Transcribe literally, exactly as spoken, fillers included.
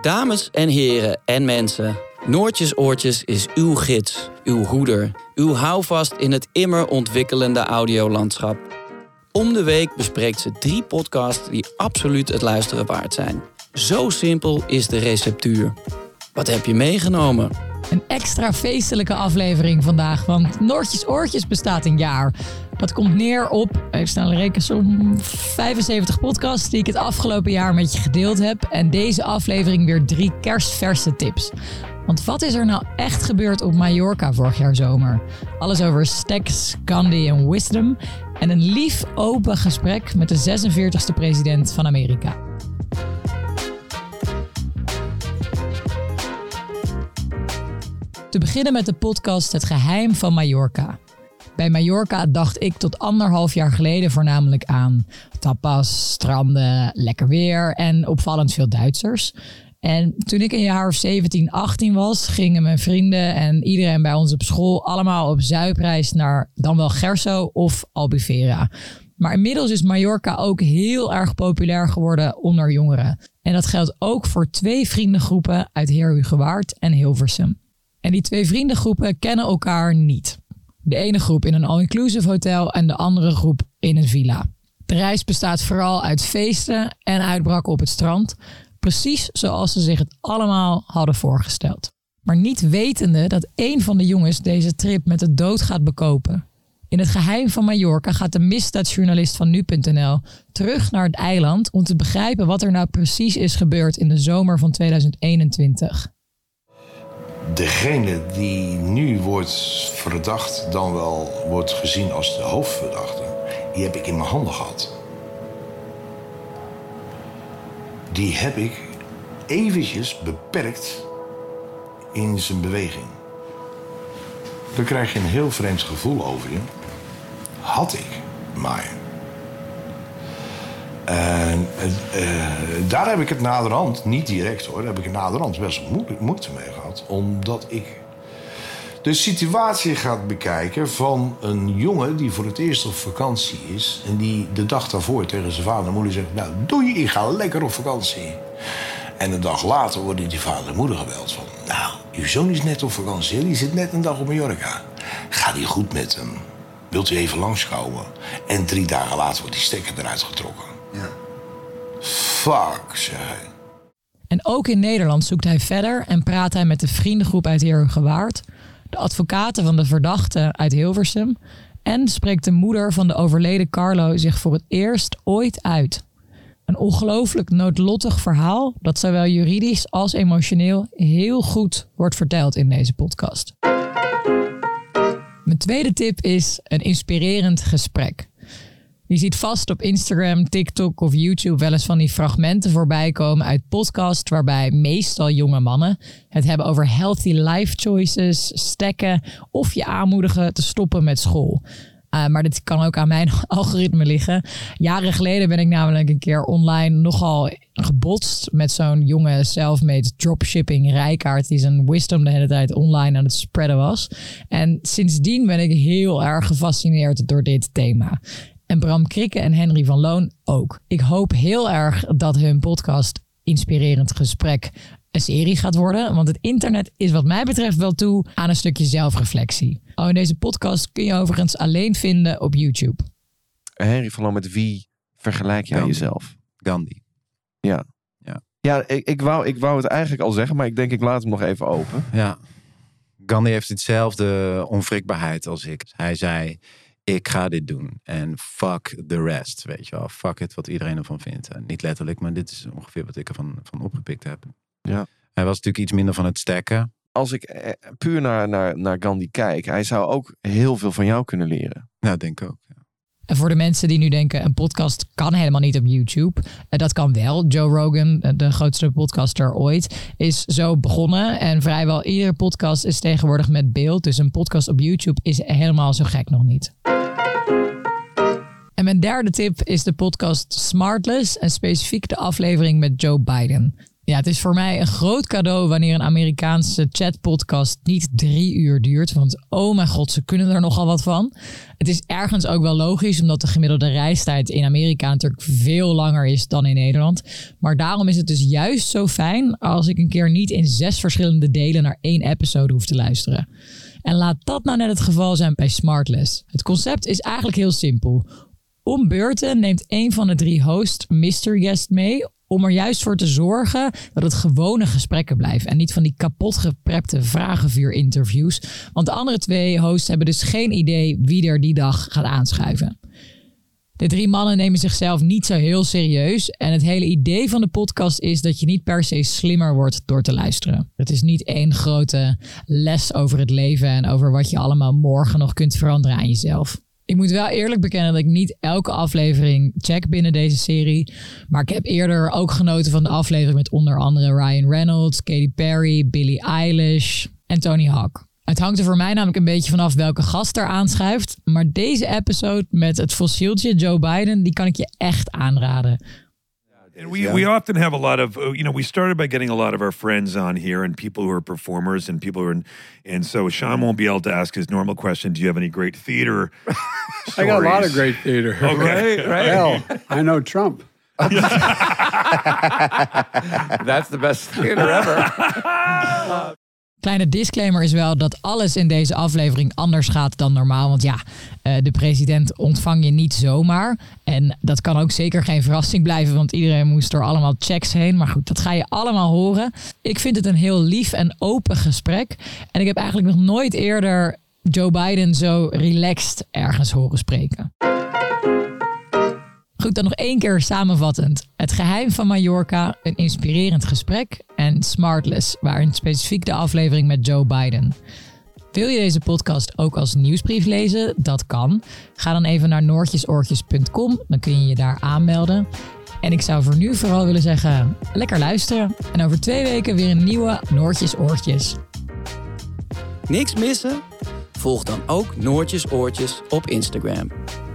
Dames en heren en mensen, Noortjes Oortjes is uw gids, uw hoeder, uw houvast in het immer ontwikkelende audiolandschap. Om de week bespreekt ze drie podcasts die absoluut het luisteren waard zijn. Zo simpel is de receptuur. Wat heb je meegenomen? Een extra feestelijke aflevering vandaag, want Noortjes Oortjes bestaat een jaar. Dat komt neer op, ik sta een rekensom, vijfenzeventig podcasts die ik het afgelopen jaar met je gedeeld heb. En deze aflevering weer drie kerstverse tips. Want wat is er nou echt gebeurd op Mallorca vorig jaar zomer? Alles over Stacks, Gandhi en Wisdom. En een lief open gesprek met de zesenveertigste president van Amerika. Te beginnen met de podcast Het Geheim van Mallorca. Bij Mallorca dacht ik tot anderhalf jaar geleden voornamelijk aan tapas, stranden, lekker weer en opvallend veel Duitsers. En toen ik een jaar of zeventien, achttien was, gingen mijn vrienden en iedereen bij ons op school allemaal op zuipreis naar dan wel Gerso of Albufeira. Maar inmiddels is Mallorca ook heel erg populair geworden onder jongeren. En dat geldt ook voor twee vriendengroepen uit Heerhugowaard en Hilversum. En die twee vriendengroepen kennen elkaar niet. De ene groep in een all-inclusive hotel en de andere groep in een villa. De reis bestaat vooral uit feesten en uitbraken op het strand. Precies zoals ze zich het allemaal hadden voorgesteld. Maar niet wetende dat één van de jongens deze trip met de dood gaat bekopen. In Het Geheim van Mallorca gaat de misdaadjournalist van nu punt n l terug naar het eiland om te begrijpen wat er nou precies is gebeurd in de zomer van tweeduizend eenentwintig. Degene die nu wordt verdacht, dan wel wordt gezien als de hoofdverdachte, die heb ik in mijn handen gehad. Die heb ik eventjes beperkt in zijn beweging. Dan krijg je een heel vreemd gevoel over je. Had ik maar. En uh, daar heb ik het naderhand, niet direct hoor, daar heb ik het naderhand best wel moeite mee gehad. Omdat ik de situatie ga bekijken van een jongen die voor het eerst op vakantie is. En die de dag daarvoor tegen zijn vader en moeder zegt, nou doei, ik ga lekker op vakantie. En een dag later worden die vader en moeder gebeld van, nou, uw zoon is net op vakantie, die zit net een dag op Mallorca. Gaat die goed met hem? Wilt u even langskomen? En drie dagen later wordt die stekker eruit getrokken. Ja. Fuck, zeg hij. En ook in Nederland zoekt hij verder en praat hij met de vriendengroep uit Heerhugowaard, de advocaten van de verdachte uit Hilversum en spreekt de moeder van de overleden Carlo zich voor het eerst ooit uit. Een ongelooflijk noodlottig verhaal dat zowel juridisch als emotioneel heel goed wordt verteld in deze podcast. Mijn tweede tip is een inspirerend gesprek. Je ziet vast op Instagram, TikTok of YouTube wel eens van die fragmenten voorbij komen uit podcasts waarbij meestal jonge mannen het hebben over healthy life choices, stacken of je aanmoedigen te stoppen met school. Uh, maar dit kan ook aan mijn algoritme liggen. Jaren geleden ben ik namelijk een keer online nogal gebotst met zo'n jonge self-made dropshipping rijkaard die zijn wisdom de hele tijd online aan het spreaden was. En sindsdien ben ik heel erg gefascineerd door dit thema. En Bram Krikke en Henry van Loon ook. Ik hoop heel erg dat hun podcast Inspirerend Gesprek een serie gaat worden. Want het internet is wat mij betreft wel toe aan een stukje zelfreflectie. Oh, in deze podcast kun je overigens alleen vinden op YouTube. Henry van Loon, met wie vergelijk jij Gandhi. jezelf? Gandhi. Ja. Ja, Ja, ik, ik, wou, ik wou het eigenlijk al zeggen, maar ik denk ik laat hem nog even open. ja. Gandhi heeft hetzelfde onwrikbaarheid als ik. Hij zei, ik ga dit doen. En fuck the rest, weet je wel. Fuck it, wat iedereen ervan vindt. En niet letterlijk, maar dit is ongeveer wat ik ervan van opgepikt heb. Ja. Hij was natuurlijk iets minder van het stacken. Als ik eh, puur naar, naar, naar Gandhi kijk, hij zou ook heel veel van jou kunnen leren. Nou, denk ik ook. Ja. En voor de mensen die nu denken, een podcast kan helemaal niet op YouTube. Dat kan wel. Joe Rogan, de grootste podcaster ooit, is zo begonnen. En vrijwel iedere podcast is tegenwoordig met beeld. Dus een podcast op YouTube is helemaal zo gek nog niet. En mijn derde tip is de podcast Smartless en specifiek de aflevering met Joe Biden. Ja, het is voor mij een groot cadeau wanneer een Amerikaanse chatpodcast niet drie uur duurt. Want oh mijn god, ze kunnen er nogal wat van. Het is ergens ook wel logisch, omdat de gemiddelde reistijd in Amerika natuurlijk veel langer is dan in Nederland. Maar daarom is het dus juist zo fijn als ik een keer niet in zes verschillende delen naar één episode hoef te luisteren. En laat dat nou net het geval zijn bij Smartless. Het concept is eigenlijk heel simpel. Om beurten neemt een van de drie hosts mystery guest mee om er juist voor te zorgen dat het gewone gesprekken blijven en niet van die kapot geprepte vragenvuur-interviews. Want de andere twee hosts hebben dus geen idee wie er die dag gaat aanschuiven. De drie mannen nemen zichzelf niet zo heel serieus en het hele idee van de podcast is dat je niet per se slimmer wordt door te luisteren. Het is niet één grote les over het leven en over wat je allemaal morgen nog kunt veranderen aan jezelf. Ik moet wel eerlijk bekennen dat ik niet elke aflevering check binnen deze serie. Maar ik heb eerder ook genoten van de aflevering met onder andere Ryan Reynolds, Katy Perry, Billie Eilish en Tony Hawk. Het hangt er voor mij namelijk een beetje vanaf welke gast er aanschuift. Maar deze episode met het fossieltje Joe Biden, die kan ik je echt aanraden. And we, we often have a lot of, you know, we started by getting a lot of our friends on here and people who are performers and people who are, in, and so Sean won't be able to ask his normal question, do you have any great theater stories? I got a lot of great theater. Okay, right? right. Hell, I know Trump. That's the best theater ever. Kleine disclaimer is wel dat alles in deze aflevering anders gaat dan normaal. Want ja, de president ontvang je niet zomaar. En dat kan ook zeker geen verrassing blijven, want iedereen moest door allemaal checks heen. Maar goed, dat ga je allemaal horen. Ik vind het een heel lief en open gesprek. En ik heb eigenlijk nog nooit eerder Joe Biden zo relaxed ergens horen spreken. Goed, dan nog één keer samenvattend. Het geheim van Mallorca, een inspirerend gesprek en Smartless, waarin specifiek de aflevering met Joe Biden. Wil je deze podcast ook als nieuwsbrief lezen? Dat kan. Ga dan even naar noortjesoortjes punt com, dan kun je je daar aanmelden. En ik zou voor nu vooral willen zeggen, lekker luisteren. En over twee weken weer een nieuwe Noortjes Oortjes. Niks missen? Volg dan ook Noortjes Oortjes op Instagram.